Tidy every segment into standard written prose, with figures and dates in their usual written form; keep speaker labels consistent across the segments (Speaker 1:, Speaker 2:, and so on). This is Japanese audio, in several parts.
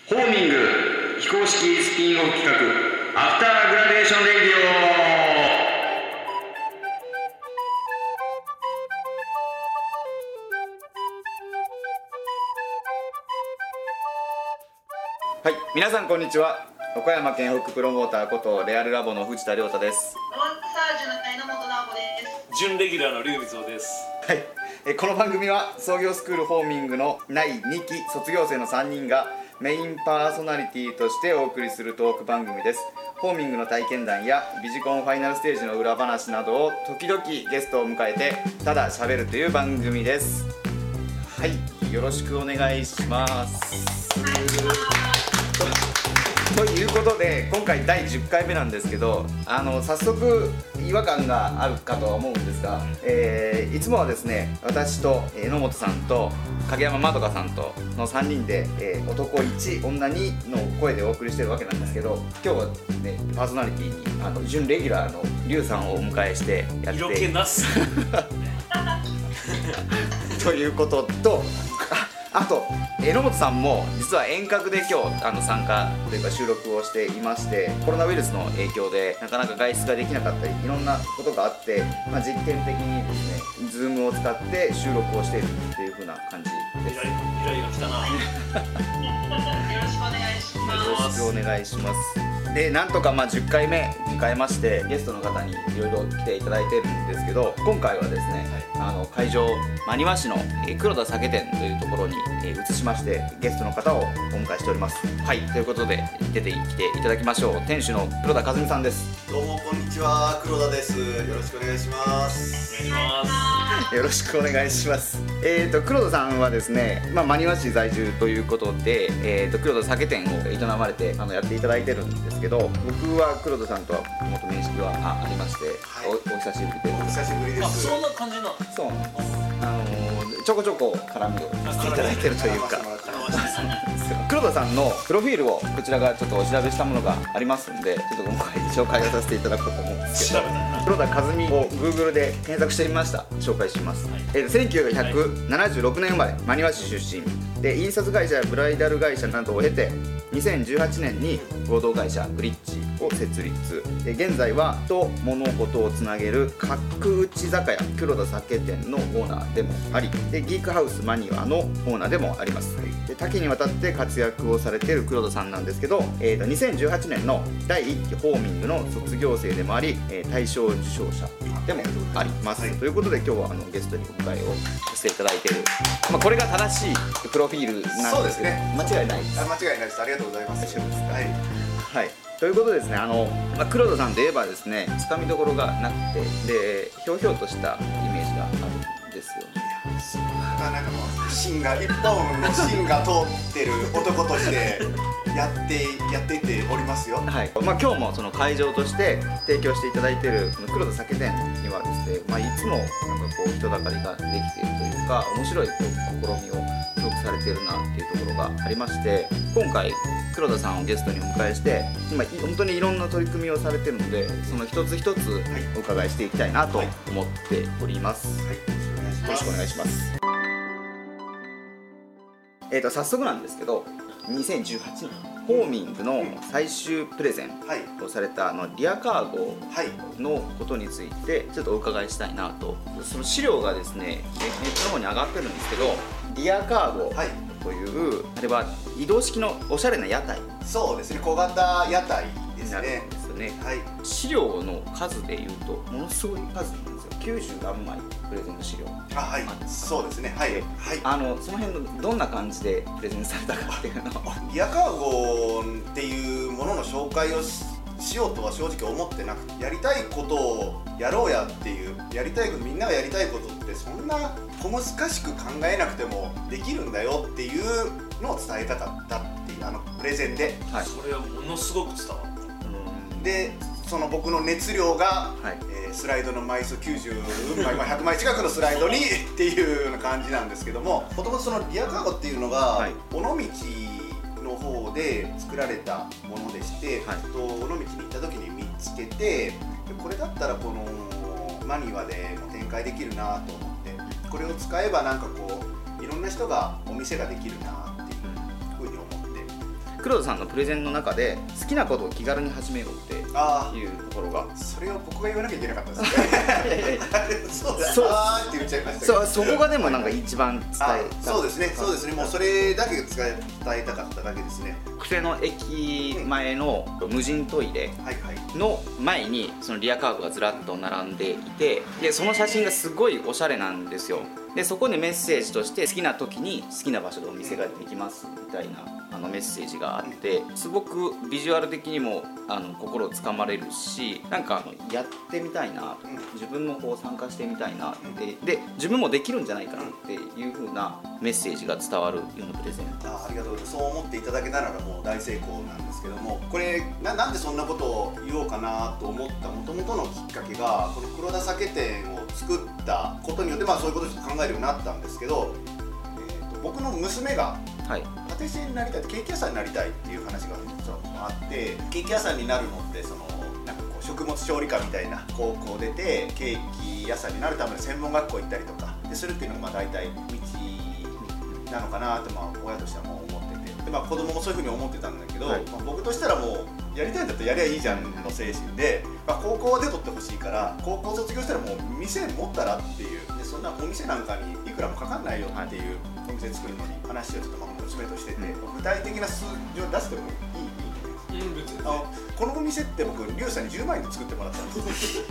Speaker 1: ホーミング非公式スピンオフ企画アフターグラデーションレディオ。はい、皆さんこんにちは。岡山県北プロモーターことレアルラボの藤田亮太です。
Speaker 2: ロンサージュの榎本直子です。
Speaker 3: 準レギュラーの龍光雄です。
Speaker 1: はい、この番組は創業スクールホーミングの第2期卒業生の3人がメインパーソナリティとしてお送りするトーク番組です。ホーミングの体験談やビジコンファイナルステージの裏話などを時々ゲストを迎えてただ喋るという番組です。はい、よろしくお願いします。ということで今回第10回目なんですけど、早速違和感があるかとは思うんですが、いつもはですね、私と榎本さんと影山まどかさんとの3人で、男1女2の声でお送りしてるわけなんですけど、今日はねパーソナリティに準レギュラーの龍さんをお迎えしてやって
Speaker 3: 色気なす
Speaker 1: ということと、あと榎本さんも実は遠隔で今日参加というか収録をしていまして、コロナウイルスの影響でなかなか外出ができなかったりいろんなことがあって、実験的にですね Zoom を使って収録をしているっていう風な感じです。
Speaker 3: 依頼が来たな
Speaker 2: よろしくお願いします。
Speaker 1: よろしくお願いします。で、なんとか10回目迎えまして、ゲストの方にいろいろ来ていただいてるんですけど、今回はですね、会場真庭市の黒田酒店というところに移しまして、ゲストの方をお迎えしております。はい、ということで出てきていただきましょう。店主の黒田和美さんです。
Speaker 4: どうもこんにちは、黒田です。よろしくお願いします。
Speaker 3: お願いします。
Speaker 1: よろしくお願いします。黒田さんはですね、真庭市在住ということで、黒田酒店を営まれてやっていただいてるんですけど、僕は黒田さんとはもっと面識はありまして、
Speaker 4: はい、
Speaker 1: お久しぶりで。
Speaker 4: お久しぶりで
Speaker 3: あ、
Speaker 4: す。
Speaker 3: そんな感じなの。
Speaker 1: そうなんです。ちょこちょこ絡みをしていただいてるというか、黒田さんのプロフィールをこちらがちょっとお調べしたものがありますんで、ちょっと今回紹介をさせていただこうと思うんですけど、黒田和美を Google で検索してみました。紹介します。1976年生まれ、真庭市出身で、印刷会社やブライダル会社などを経て2018年に合同会社ブリッジを設立で、現在は人物事をつなげる角打ち酒屋黒田酒店のオーナーでもあり、でギークハウスマニワのオーナーでもあります。で多岐にわたって活躍をされている黒田さんなんですけど、2018年の第1期ホーミングの卒業生でもあり、大賞受賞者でもあります。ということで今日はゲストにお迎えをさせていただいている、これが正しいプロフィールなんですけど、
Speaker 4: そうですね、
Speaker 1: 間違いないです。
Speaker 4: 間違いないです。ありがとうございます。
Speaker 1: 大丈夫ですか。
Speaker 4: はい、
Speaker 1: はい、ということでですね、黒田さんといえばですね、つかみどころがなくて、でひょうひょうとしたイメージがあるんですよね。
Speaker 4: なんかもう芯が一本の芯が通ってる男としてやっていっておりますよ。
Speaker 1: はい、今日もその会場として提供していただいているこの黒田酒店にはですね、いつも人だかりができているというか、面白い試みをすごくされているなっていうところがありまして、今回黒田さんをゲストにお迎えして本当にいろんな取り組みをされているので、その一つ一つお伺いしていきたいなと思っております。
Speaker 4: はい、
Speaker 1: よろしくお願いします。早速なんですけど、2018年ホーミングの最終プレゼンをされたリアカーゴのことについてちょっとお伺いしたいなと。その資料がですね、ネットの方に上がってるんですけど、リアカーゴという、あれは移動式のおしゃれな屋台。
Speaker 4: そうですね、小型屋台です
Speaker 1: なる
Speaker 4: ね。
Speaker 1: んですよね。
Speaker 4: はい、
Speaker 1: 資料の数でいうとものすごい数なんですよ。90何枚プレゼント資料。
Speaker 4: はい、そうですね。はい、はい。
Speaker 1: その辺のどんな感じでプレゼンされたかっていうのを。
Speaker 4: リアカーゴっていうものの紹介をしようとは正直思ってなくて、やりたいことをやろうやっていう、みんながやりたいことってそんな小難しく考えなくてもできるんだよっていうのを伝えたかったっていう、プレゼンで、
Speaker 1: はい、
Speaker 3: それはものすごく伝わった。
Speaker 4: でその僕の熱量が、スライドの枚数90枚、100枚近くのスライドにっていうような感じなんですけども、もともとそのリアカーゴっていうのが、尾道の方で作られたものでして、尾道に行った時に見つけて、これだったらこのマニワでも展開できるなと思って、これを使えばなんかいろんな人がお店ができるなっていうふうに思って
Speaker 1: 黒田さんのプレゼンの中で好きなことを気軽に始めようっていうところが、
Speaker 4: それを僕が言わなきゃいけなかったですねそうだ、あーって言っちゃいましたけど、
Speaker 1: そこがでもなんか一番伝えた、
Speaker 4: そうですね、そうですね、もうそれだけ伝えたかっただけですね。
Speaker 1: 久世の駅前の無人トイレの前にそのリアカードがずらっと並んでいて、でその写真がすごいおしゃれなんですよ。でそこにメッセージとして好きな時に好きな場所でお店ができますみたいなメッセージがあって、すごくビジュアル的にも心をつかまれるし、なんかやってみたいな、自分もこう参加してみたいなって、で自分もできるんじゃないかなっていう風なメッセージが伝わるようなプレゼン。
Speaker 4: ありがとうございます。そう思っていただけたならもう大成功なんですけども、これなんでそんなことを言おうかなと思った元々のきっかけが、この黒田酒店を作ったことによって、そういうことを考えるようになったんですけど、僕の娘がパティシエになりたい、ケーキ屋さんになりたいっていう話があって、ケーキ屋さんになるのってなんかこう食物調理科みたいな高校出てケーキ屋さんになるための専門学校行ったりとかでするっていうのが大体道なのかなって親としてはもう思ってて、で子供もそういうふうに思ってたんだけど、僕としたらもうやりたいんだったらやりゃいいじゃんの精神で、高校は出とってほしいから高校卒業したらもう店持ったらっていう、でそんなお店なんかにいくらもかかんないよっていう、お店作るのに話をちょっと娘としてて、具体的な数字を出してもいい別にこのお店って僕リュウさんに10万円で作ってもらったん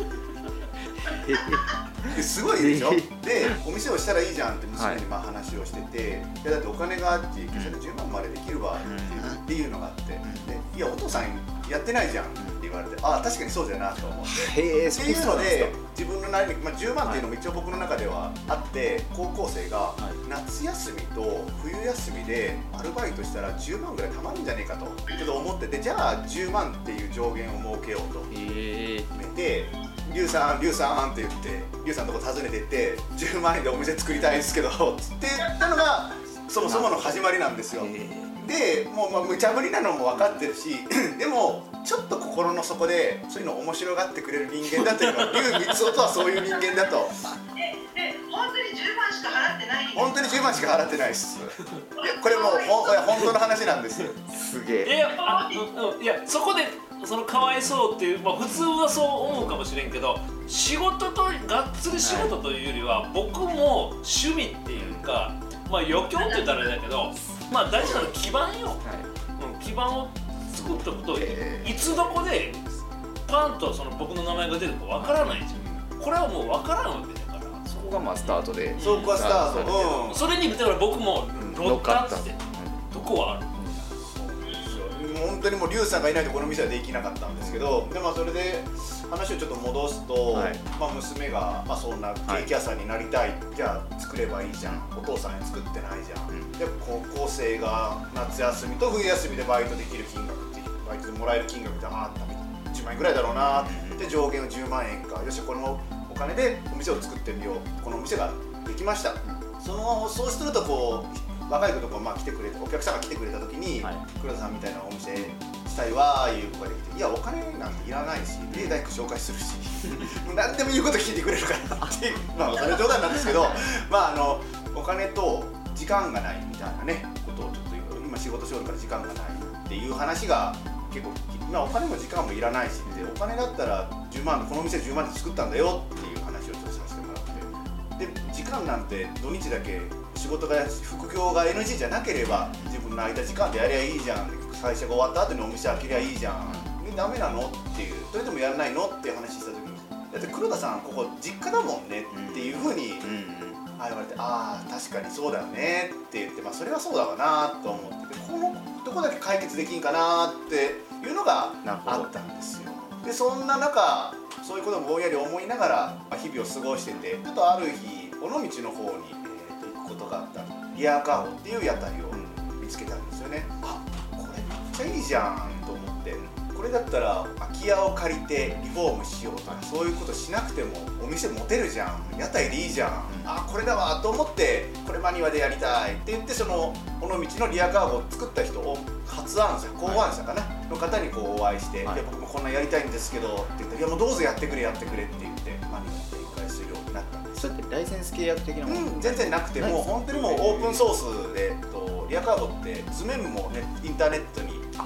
Speaker 4: ですすごいでしょで、お店をしたらいいじゃんって娘に話をしてて、いやだってお金があっていう10万までできるわっていうのがあって、でいやお父さんやってないじゃんって言われて、ああ確かにそうだよなと思って、っていうので自分のなりに、10万っていうのも一応僕の中ではあって、高校生が夏休みと冬休みでアルバイトしたら10万ぐらいたまるんじゃねえかとちょっと思ってて、じゃあ10万っていう上限を設けようと決めて、リュウさんって言って、リュウさんのとこ訪ねて行って10万円でお店作りたいんですけどって言ったのがそもそもの始まりなんですよ。でもう無茶ぶりなのも分かってるしでもちょっと心の底でそういうの面白がってくれる人間だというか、リュウ光雄とはそういう人間だと。
Speaker 2: 本当に10万しか払ってないんですか？
Speaker 4: 本当に10万しか払ってないです。これもう本当の話なんです。
Speaker 1: すげえ。
Speaker 3: いやそこでかわいそうっていう、普通はそう思うかもしれんけど、仕事とがっつり仕事というよりは、僕も趣味っていうか、余興って言ったらあれだけど、大事なのは基盤よ、基盤を作っておくと、いつどこでパンと僕の名前が出るかわからないじゃん。これはもうわからんわけだから、
Speaker 1: そこがスタートで、
Speaker 4: そこがスタート、
Speaker 3: それにだから僕も乗ったっつってとこはある。
Speaker 4: 本当にもうリュウさんがいないとこの店はできなかったんですけど、でそれで話をちょっと戻すと、娘がそんなケーキ屋さんになりたい、じゃあ作ればいいじゃん、お父さんに作ってないじゃん、で高校生が夏休みと冬休みでバイトできる金額ってバイトでもらえる金額って10万円ぐらいだろうなって上限を10万円か、よしこのお金でお店を作ってみよう、このお店ができました。そうするとこう若い子とか来てくれて、お客さんが来てくれた時に、黒田さんみたいなお店したいわーいう子ができて、いやお金なんていらないし、例大工紹介するし何でも言うこと聞いてくれるからっていう、それ冗談なんですけど、お金と時間がないみたいなねことをちょっと今仕事しよるから時間がないっていう話が結構、お金も時間もいらないしって、お金だったら10万、この店10万で作ったんだよっていう話をちょっとさせてもらって、で時間なんて土日だけ仕事が副業が NG じゃなければ自分の空いた時間でやりゃいいじゃん、会社が終わった後にお店開けりゃいいじゃん、ダメなのっていう、それでもやらないのっていう話した時に、だって黒田さんここ実家だもんねっていうふうに言われて、ああ確かにそうだよねって言って、それはそうだわなと思って、このどこだけ解決できんかなっていうのがあったんですよ。でそんな中そういうこともぼんやり思いながら日々を過ごしてて、ちょっとある日尾道の方に行くことがあったリアカーホっていう屋台を見つけたんですよね。あ、これめっちゃいいじゃんと思って、これだったら空き家を借りてリフォームしようとかそういうことしなくてもお店持てるじゃん、屋台でいいじゃん、あ、これだわと思って、これマニュアでやりたいって言って、その尾道のリアカーホを作った人を考案者かなの方にこうお会いして、いや僕もこんなんやりたいんですけどって言って、いやもうどうぞやってくれって言ってマニュアル展開するようになったんです。
Speaker 1: それってライセンス契約的なもの？
Speaker 4: 全然なくて、もう本当にもうオープンソースでリアカーボって図面もねインターネットに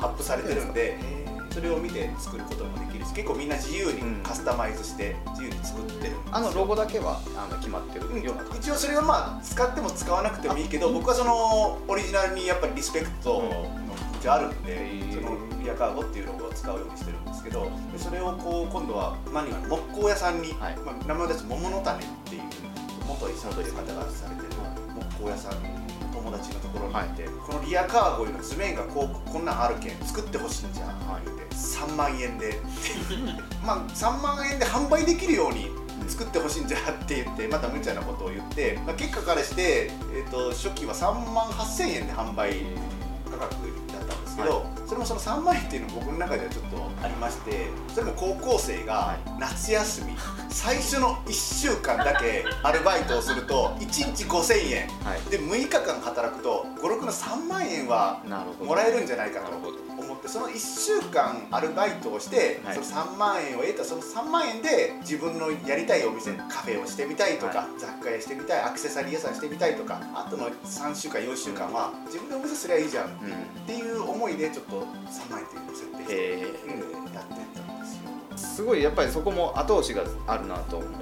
Speaker 4: アップされてるんで、それを見て作ることもできるし、結構みんな自由にカスタマイズして自由に作ってるんですよ。
Speaker 1: ロゴだけは決まってるような感じ。
Speaker 4: 一応それはまあ使っても使わなくてもいいけど、僕はそのオリジナルにやっぱりリスペクトの気持ちあるんで、そのリアカーゴっていうロゴを使うようにしてるんですけど、それをこう今度はマニュアル木工屋さんに、まあ、名前です桃の種っていう元井さんという方がされてる木工屋さんの友達のところに行って、このリアカーゴの図面がこんなんあるけん作ってほしいんじゃんって言って3万円でまあ3万円で販売できるように作ってほしいんじゃって言って、また無茶なことを言って、まあ、結果からして、初期は3万8000円で販売価格だったんですけど、それもその3万円っていうのが僕の中ではちょっとありまして、それも高校生が夏休み最初の1週間だけアルバイトをすると1日5000円で6日間働くと5、6の3万円はもらえるんじゃないかと思って、その1週間アルバイトをして、その3万円を得たその3万円で自分のやりたいお店カフェをしてみたいとか、雑貨屋してみたい、アクセサリー屋さんしてみたいとか、あとの3週間4週間は自分でお店すりゃいいじゃんっていう思いでちょっと3万円っていうのを設定してやってったんですよ。
Speaker 1: すごいやっぱりそこも後押しがあるなと思って、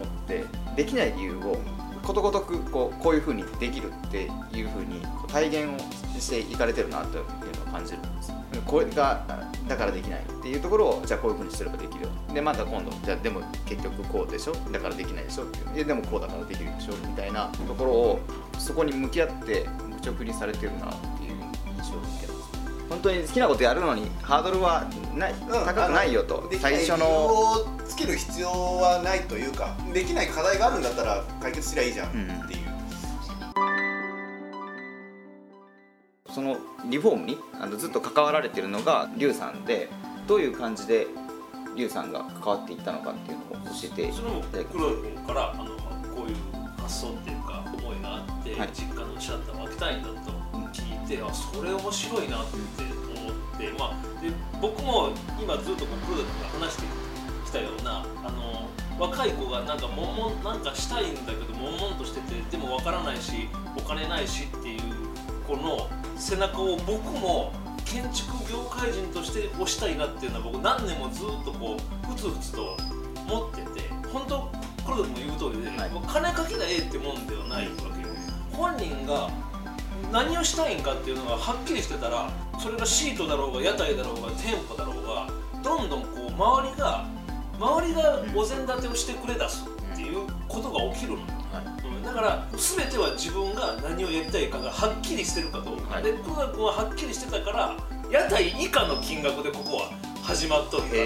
Speaker 1: できない理由をことごとくこういう風にできるっていう風に体現をしていかれてるなというのを感じるんです。これがだからできないっていうところを、じゃあこういう風にしてればできるよ。でまた今度じゃあでも結局こうでしょ、だからできないでしょっていう、でもこうだからできるでしょみたいなところをそこに向き合って愚直にされてるなっていう印象を受けます。本当に好きなことやるのにハードルはない、高くないよと。
Speaker 4: 最初の理由をつける必要はないというか、できない課題があるんだったら解決すりゃいいじゃんっていう、
Speaker 1: そのリフォームにずっと関わられているのがリュウさんで、どういう感じでリュウさんが関わっていったのかっていうのを教えて。
Speaker 3: それも黒井君からこういう発想っていうか思いがあって、実家のシャッターを開けたいんだと聞いて、それ面白いなって思って、で僕も今ずっと黒井君が話してきたような若い子がなんかなんかしたいんだけど悶々としてて、でも分からないしお金ないしっていう子の背中を僕も建築業界人として推したいなっていうのは僕何年もずっとこうふつふつと思ってて、本当黒田君も言う通りで、もう金かけがええってもんではないわけよ。本人が何をしたいんかっていうのがはっきりしてたら、それがシートだろうが屋台だろうが店舗だろうが、どんどんこう周りがお膳立てをしてくれだすっていうことが起きるのよ。だから全ては自分が何をやりたいかがはっきりしてるかどうか、で黒田君ははっきりしてたから屋台以下の金額でここは始まっとるから、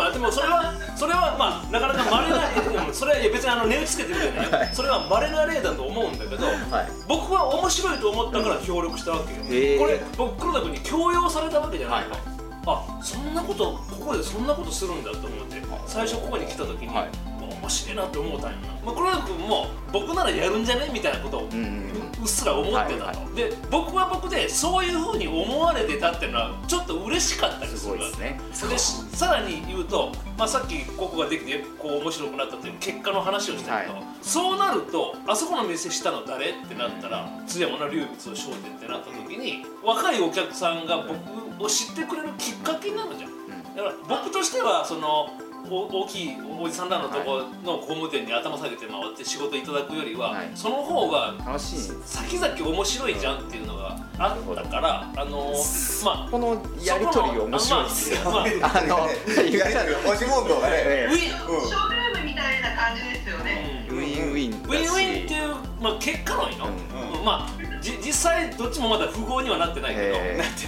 Speaker 3: でもそれはまあなかなか稀なそれは別に値打ちつけてるじゃない、それは稀な例だと思うんだけど、僕は面白いと思ったから協力したわけよ。これ僕黒田君に強要されたわけじゃないの。そんなことここでそんなことするんだと思って、最初ここに来た時に面白いなって思ったんやな。黒田君も僕ならやるんじゃねみたいなことをうっすら思ってたと。で僕は僕でそういうふうに思われてたっていうのはちょっと嬉しかったりするわけで、さらに言うと、さっきここができてこう面白くなったという結果の話をしたけど、そうなるとあそこの店したの誰ってなったら津山の流物の商店ってなった時に、若いお客さんが僕を知ってくれるきっかけになるじゃん。だから僕としてはその大きいおじさんらのところの工務店に頭下げて回って仕事いただくよりは、その方が先々面白いじゃんっていうのがあったから、
Speaker 1: このやり取り面白いですよ。
Speaker 4: やり取りおじ問答がね、
Speaker 2: ショールームみたいな感じですよね。
Speaker 1: ウィンウィンだし、
Speaker 3: ウィンウィンっていう結果論よ。実際どっちもまだ符号にはなってないけど、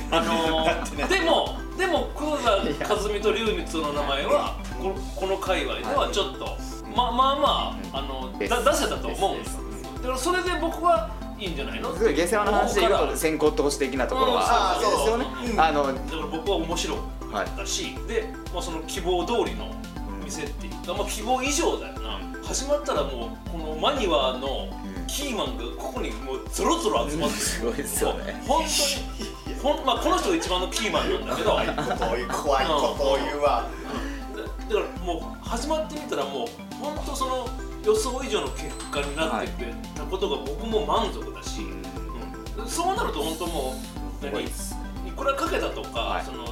Speaker 3: でも黒田和美と龍光の名前はこの界隈ではちょっと出せたと思うんですよ。だからそれで僕はいいんじゃないの。
Speaker 1: すごい下世話な話で言うと先行投資的なところはそうですよね。
Speaker 3: だから僕は面白かったし、でその希望通りの店っていうか、希望以上だよな。始まったらもうこのマニワのキーマンがここにもうゾロゾロ集まってる。
Speaker 1: すごいですよね。
Speaker 3: 本当にこの人が一番のキーマンなんだけど、
Speaker 4: 怖いことを言うわ。
Speaker 3: だからもう始まってみたらもう本当その予想以上の結果になってくれたことが僕も満足だし、そうなると本当もういくらかけたとか、その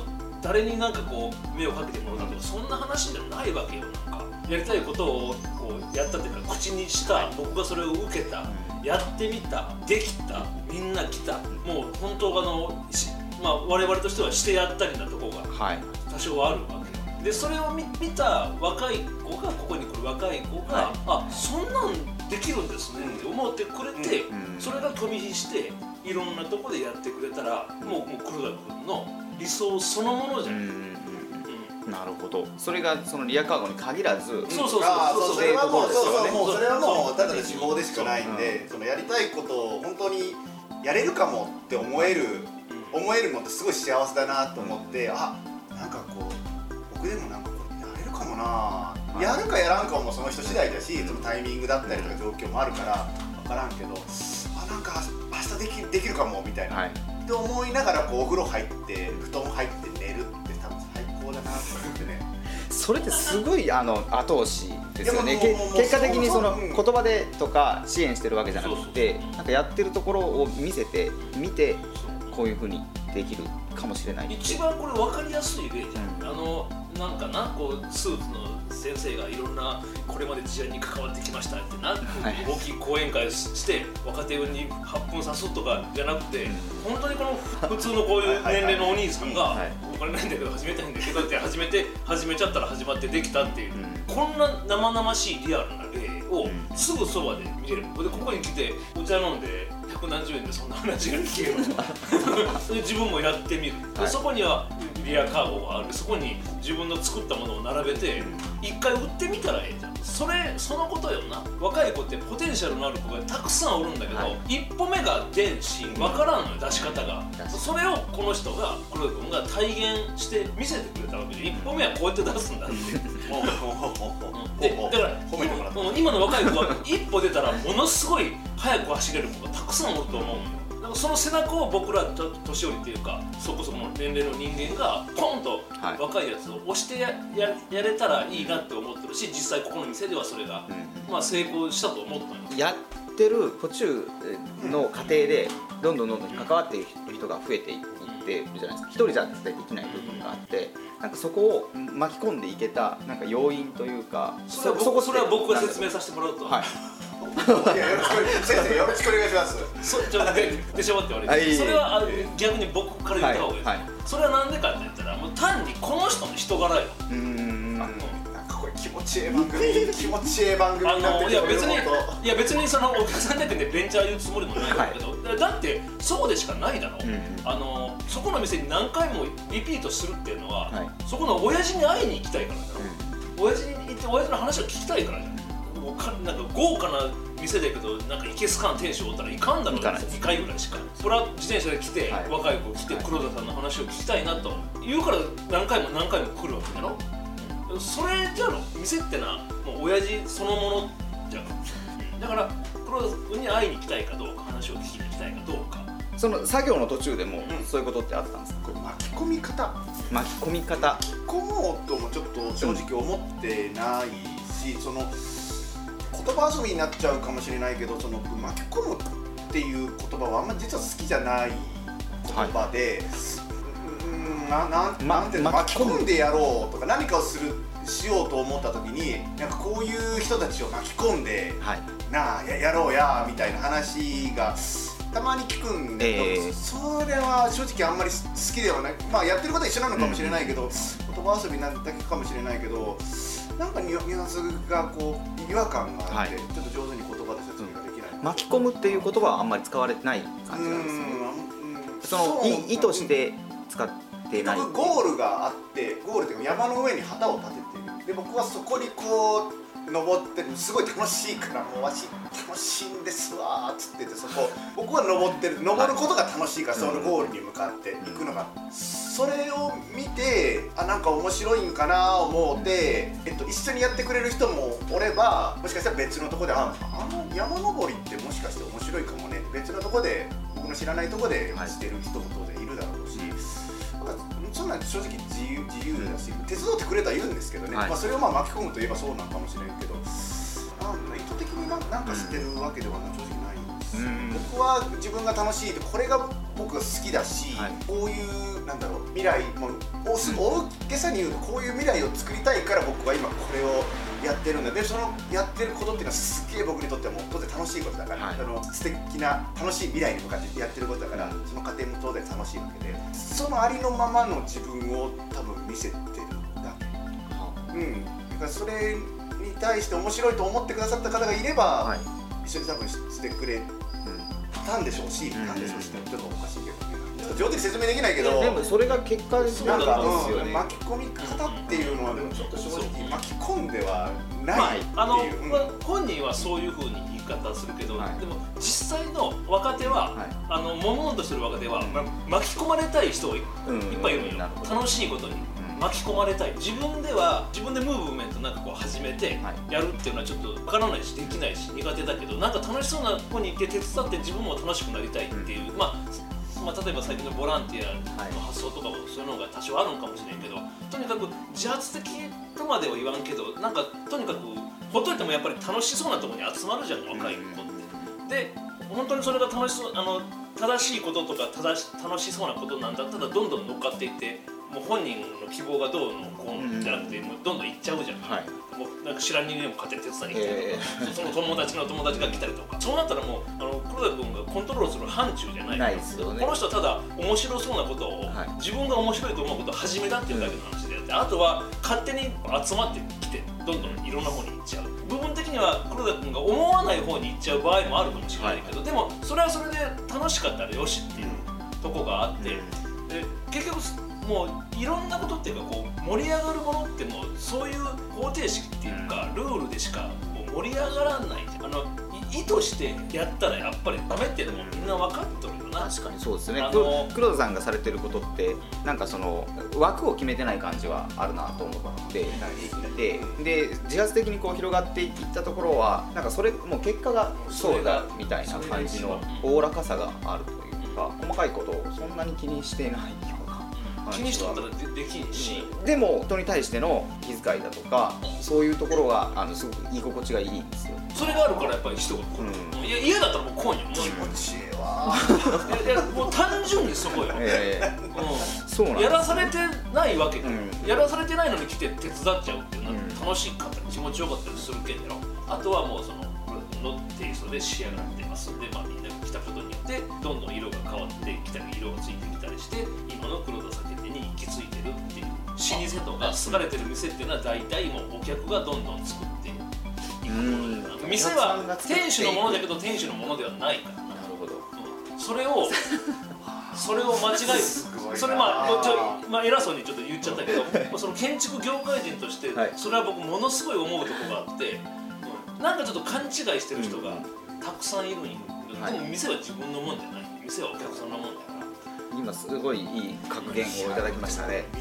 Speaker 3: 誰になんかこう目をかけてもらうとかそんな話じゃないわけよ。なんかやりたいことをこうやったっていうか口にした僕がそれを受けたやってみたできたみんな来たもう本当まあ我々としてはしてやったりなところが多少あるわけよ。でそれを見た若い子がここに来る若い子が、あそんなんできるんですねって思ってくれて、それが飛び火していろんなとこでやってくれたらもう黒田君の理想そのものじゃない。
Speaker 1: なるほど。それがそのリアカーゴに限らず、
Speaker 4: それはもうただの手法でしかないんで、そのやりたいことを本当にやれるかもって思えるのってすごい幸せだなと思って、あなんかこう僕でもなんかこれやれるかもな、やるかやらんかもその人次第だし、そのタイミングだったりとか状況もあるから分からんけど、あなんか明日できるかもみたいな、って思いながらこうお風呂入って布団入って寝るって多分最高だなと思ってね。
Speaker 1: それってすごい後押しですよね。結果的にその言葉でとか支援してるわけじゃなくて、なんかやってるところを見てこういう風にできるかもしれない。
Speaker 3: 一番これ分かりやすい例じゃん。なんかなこうスーツの先生がいろんなこれまで事案に関わってきましたってな、大きい講演会して若手に発奮さすとかじゃなくて、本当にこの普通のこういう年齢のお兄さんがお金ないんだけど始めたいんだけどって始めちゃったら始まってできたっていう、こんな生々しいリアルな例をすぐそばで見れる。でここに来てお茶飲んで百何十円でそんな話が聞けるで自分もやってみる。でそこにはリアカーゴがある。そこに自分の作ったものを並べて一回売ってみたらええじゃん。そのことよな。若い子ってポテンシャルのある子がたくさんおるんだけど、一歩目が出んし分からんのよ出し方が。それをこの人が黒田君が体現して見せてくれたわけで、一歩目はこうやって出すんだってでだから今の若い子は一歩出たらものすごい速く走れる子がたくさんおると思うのよ。だからその背中を僕ら年寄りっていうかそこそこの年齢の人間がポンと若いやつを押してやれたらいいなって思ってるし、実際ここの店ではそれが、まあ、成功したと思ったんです。
Speaker 1: やってる途中の過程でどんどん関わっている人が増えていってるじゃないですか。一人じゃ絶対できない部分があって、なんかそこを巻き込んでいけたなんか要因というか、
Speaker 3: それは僕が説明させてもらうと、
Speaker 4: いやよろしくお願いします。
Speaker 3: でしょって言われて、それは逆に僕から言った方がいいです。それはなんでかって言ったらもう単にこの人の人柄よ。
Speaker 4: なんかこれ気持ちいい番組になってる。
Speaker 3: いや別にそのお客さんだけでベンチャー言うつもりもないんだけど、だってそこでしかないだろ。そこの店に何回もリピートするっていうのは、そこの親父に会いに行きたいからだろ。親父に行って親父の話を聞きたいからじゃん。なんか豪華な店だけどなんかいけすかん店主おったらいかんだろう。2回ぐらいしか。それは自転車で来て、若い子来て黒田さんの話を聞きたいなと言うから何回も来るわけだろ。それじゃろ店ってな、もう親父そのものじゃん。だから黒田君に会いに行きたいかどうか、話を聞きに行きたいかどうか。
Speaker 1: その作業の途中でもそういうことってあったんですか？
Speaker 4: 巻き込み方
Speaker 1: 巻き込
Speaker 4: もうともちょっと正直思ってないし、その言葉遊びになっちゃうかもしれないけど、その巻き込むっていう言葉はあんまり実は好きじゃない言葉で、なんていうの、巻き込んでやろうとか何かをしようと思った時になんかこういう人たちを巻き込んで、なあやろうやみたいな話がたまに聞くんだけど、それは正直あんまり好きではない。まあやってることは一緒なのかもしれないけど、言葉遊びなだけかもしれないけど、なんかニュアンスがこう違和感があって、ちょっと上手に言葉で説明ができない。
Speaker 1: 巻き込むっていう言葉はあんまり使われてない感じなんですね。その意図して使ってない。
Speaker 4: ゴールがあって、ゴールっていうか山の上に旗を立ててる。で僕はそこにこう登ってる、すごい楽しいから、もうわし楽しいんですわーっつってて、そこ僕は登ることが楽しいから、そのゴールに向かって行くのが、それを見てなんか面白いんかな思って、一緒にやってくれる人もおれば、もしかしたら別のとこで山登りってもしかして面白いかもね、別のとこで僕の知らないとこでしてる人も当然いるだろうし、そんなん正直自由だし、手伝ってくれたら言うんですけどね、それを巻き込むといえばそうなんかもしれんけど、意図的になんかしてるわけでは正直ないんです。僕は自分が楽しいって、これが僕が好きだし、
Speaker 1: はい、
Speaker 4: こういうなんだろう未来も大げさに言うとこういう未来を作りたいから僕は今これをやってるんだ。でそのやってることっていうのはすげえ僕にとってはもう当然楽しいことだから、はい、素敵な楽しい未来に向かってやってることだから、その過程も当然楽しいわけで、そのありのままの自分を多分見せてるんだ。うん。だからそれに対して面白いと思ってくださった方がいれば、はい、一緒に多分してくれたんでしょうし、なんでしょうし、ちょっとおかしいけど、ちょっと上手に説明できないけど、
Speaker 1: でもそれが結果ですよね。
Speaker 4: 巻き込み方っていうのはでもちょっと正直巻き込んではないっていう。
Speaker 3: 本人はそういう風に言い方するけど、はい、でも実際の若手は、はい、悶々としてる若手は、巻き込まれたい人がいっぱいいるのよ。楽しいことに。巻き込まれたい。自分でムーブメントなんかこう始めてやるっていうのはちょっとわからないしできないし苦手だけど、なんか楽しそうな子にいて手伝って自分も楽しくなりたいっていう、まあ例えば最近のボランティアの発想とかもそういうのが多少あるのかもしれんけど、とにかく自発的とまでは言わんけど、なんかとにかくほっといてもやっぱり楽しそうなところに集まるじゃん、若い子って。で本当にそれが楽しそう、正しいこととか楽しそうなことなんだったらどんどん乗っかっていって、もう本人の希望がどうのこうのじゃなくて、もうどんどん行っちゃうじゃん、はい、もうなんか知らん人間も勝手に手伝いに来たりとか、その友達の友達が来たりとか、そうなったらもう黒田君がコントロールする範疇じゃないですよね。この人はただ面白そうなことを、はい、自分が面白いと思うことを始めたっていうだけの話であって、あとは勝手に集まってきてどんどんいろんな方に行っちゃう。部分的には黒田君が思わない方に行っちゃう場合もあるかもしれないけど、はい、でもそれはそれで楽しかったらよしっていうとこがあって、で結局もういろんなことっていうかこう盛り上がるものってもうそういう方程式っていうかルールでしかこう盛り上がらない。意図してやったらやっぱりダメっていうのもみんな分かっとるよな。
Speaker 1: 確かにそうですね。黒田さんがされてることってなんかその枠を決めてない感じはあるなと思っていて、で自発的にこう広がっていったところはなんかそれもう結果がそうだみたいな感じのおおらかさがあるというか、細かいことをそんなに気にしてないような。
Speaker 3: 気にしとったらできんし、
Speaker 1: でも人に対しての気遣いだとかそういうところがすごく居心地がいいんですよ。
Speaker 3: それがあるからやっぱり人が来る。いや嫌だったらもう来んよ。
Speaker 4: 気持ちいいわ。
Speaker 3: いやもう単純にそこよ。
Speaker 1: そうなんです。
Speaker 3: やらされてないわけで、やらされてないのに来て手伝っちゃうっていうのは楽しかったり気持ちよかったりするけんやろ。あとはもうそのテイストで仕上がってますんで、みんなが来たことによってどんどん色が変わってきたり色がついてきたりして今の黒田酒店に行き着いてるっていう。老舗とか好かれてる店っていうのは大体もうお客がどんどん作っていくもので、店は店主のものだけど店主のものではないからな。
Speaker 1: なるほど。
Speaker 3: それを間違える。それ偉そうにちょっと言っちゃったけど、その建築業界人としてそれは僕ものすごい思うところがあって、なんかちょっと勘違いしてる人がたくさんいるんよ。でも店は自分のもんじゃない。店はお客さんのもんだから。
Speaker 1: 今すごいいい格言をいただきましたね。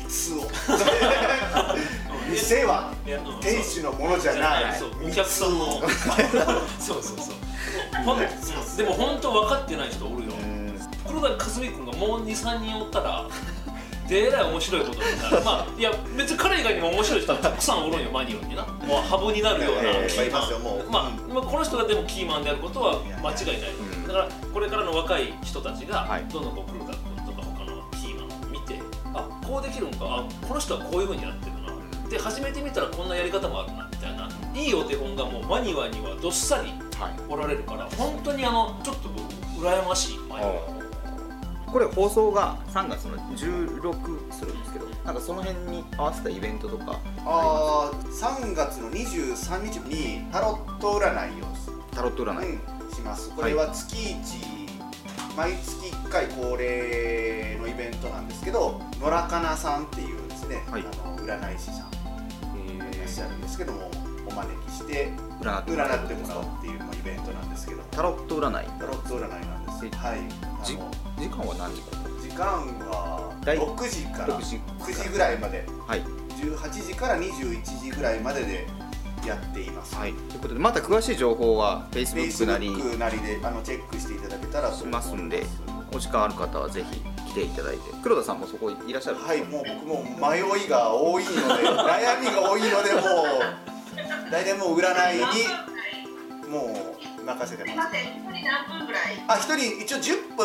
Speaker 4: 店は店主のものじゃない。
Speaker 3: お客さんの。そう。でも本当分かってない人おるよ。黒田和美君がもう2、3人おったらでえらい面白いことになる。いや別に彼以外にも面白い人はたくさんおるんよ、マニオンにな。もうハブになるようなキーマン。この人がでもキーマンであることは間違いない。だからこれからの若い人たちがどんどん黒田君とか他のキーマンを見て、あこうできるんか、この人はこういう風にやってるな。で始めてみたらこんなやり方もあるなみたいな、いいお手本がもうマニアにはどっさりおられるから、本当にちょっと羨ましいマニア。
Speaker 1: これ放送が3月の16するんですけど、なんかその辺に合わせたイベントとか
Speaker 4: 3月の23日にタロット占いをします。これは月1、毎月1回恒例のイベントなんですけど、野良かなさんっていうですね、占い師さんいらっしゃるんですけども、お招きして占ってもらうっていうイベントなんですけど、
Speaker 1: タロット占い
Speaker 4: なんです。はい。
Speaker 1: 時間は何時か？
Speaker 4: 時間は6時から9時ぐらいまで、18時から21時ぐらいまででやっています。
Speaker 1: ということで、また詳しい情報は Facebook なり
Speaker 4: でチェックしていただけたらと思います
Speaker 1: んで、お時間ある方はぜひ来ていただいて。黒田さんもそこいらっしゃるんですか？
Speaker 4: はい、もう僕も迷いが多いので悩みが多いので、もう大体もう占いにもう任せてます。
Speaker 2: 1人何分ぐらい？
Speaker 4: 1人一応10分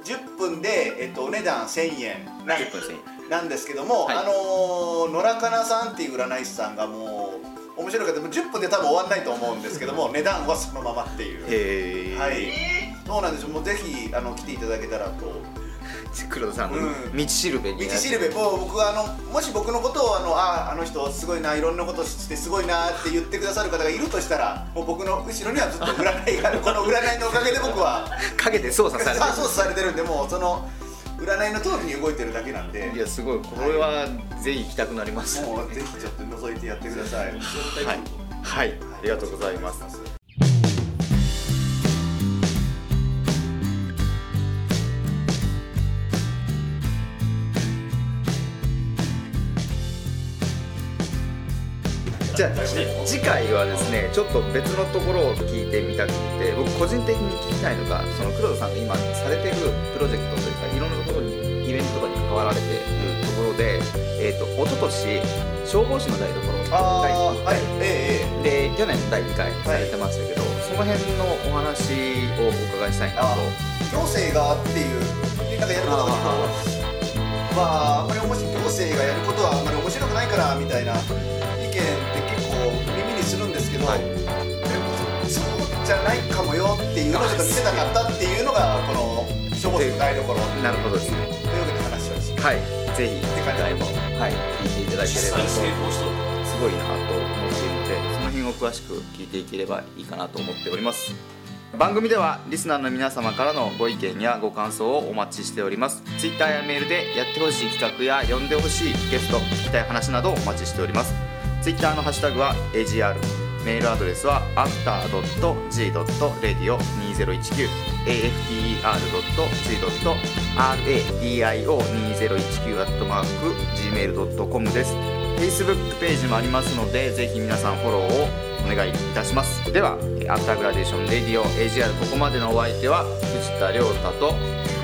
Speaker 4: 10分で、お値段1000円
Speaker 1: 10分1000円
Speaker 4: なんですけども、
Speaker 1: はい、
Speaker 4: 野良かなさんっていう占い師さんがもう面白い方でも10分で多分終わんないと思うんですけども値段はそのままっていう。
Speaker 1: へー、
Speaker 4: はい、そうなんですよ。もうぜひ来ていただけたらと。
Speaker 1: 黒田さんの道しるべに、
Speaker 4: 道しるべ、もう僕はもし僕のことをあの人すごいな、いろんなことしてすごいなって言ってくださる方がいるとしたら、もう僕の後ろにはずっと占いがある。この占いのおかげで僕は
Speaker 1: 影で操作されてる、
Speaker 4: 操作されてるんで、もうその占いの通りに動いてるだけなんで。
Speaker 1: いやすごい、これはぜひ行きたくなります、
Speaker 4: はい、もうぜひちょっと覗いてやってください。はい、
Speaker 1: はい、ありがとうございます。じゃあ次回はですね、ちょっと別のところを聞いてみたくて、僕個人的に聞きたいのが、その黒田さんが今されてるプロジェクトというか、いろんなところにイベントとかに関わられているところで、一昨年消防士の台所第1回、で去年の第2回されてましたけど、その辺のお話をお伺いしたいなと。
Speaker 4: 行政がっていうなんかやることがあんまり行政がやることはあんまり面白くないからみたいな意見って結構耳にするんですけど、でもそうじゃないかもよっていうのをちょっと見せたかったっていうのがこの消防士の台所。
Speaker 1: なるほどですね。
Speaker 4: というわけで話をして、
Speaker 1: はい、ぜひ次回も、はい、聞いていただければと、すごいなと思っているので、その辺を詳しく聞いていければいいかなと思っております。番組ではリスナーの皆様からのご意見やご感想をお待ちしております。 Twitter やメールでやってほしい企画や呼んでほしいゲスト、聞きたい話などお待ちしております。 Twitter のハッシュタグは AGR、 メールアドレスは after.g.radio2019 after.g.radio2019@gmail.com です。 Facebook ページもありますので、ぜひ皆さんフォローをお願いいたします。ではアフターグラデーションレディオ AGR、 ここまでのお相手は藤田亮太と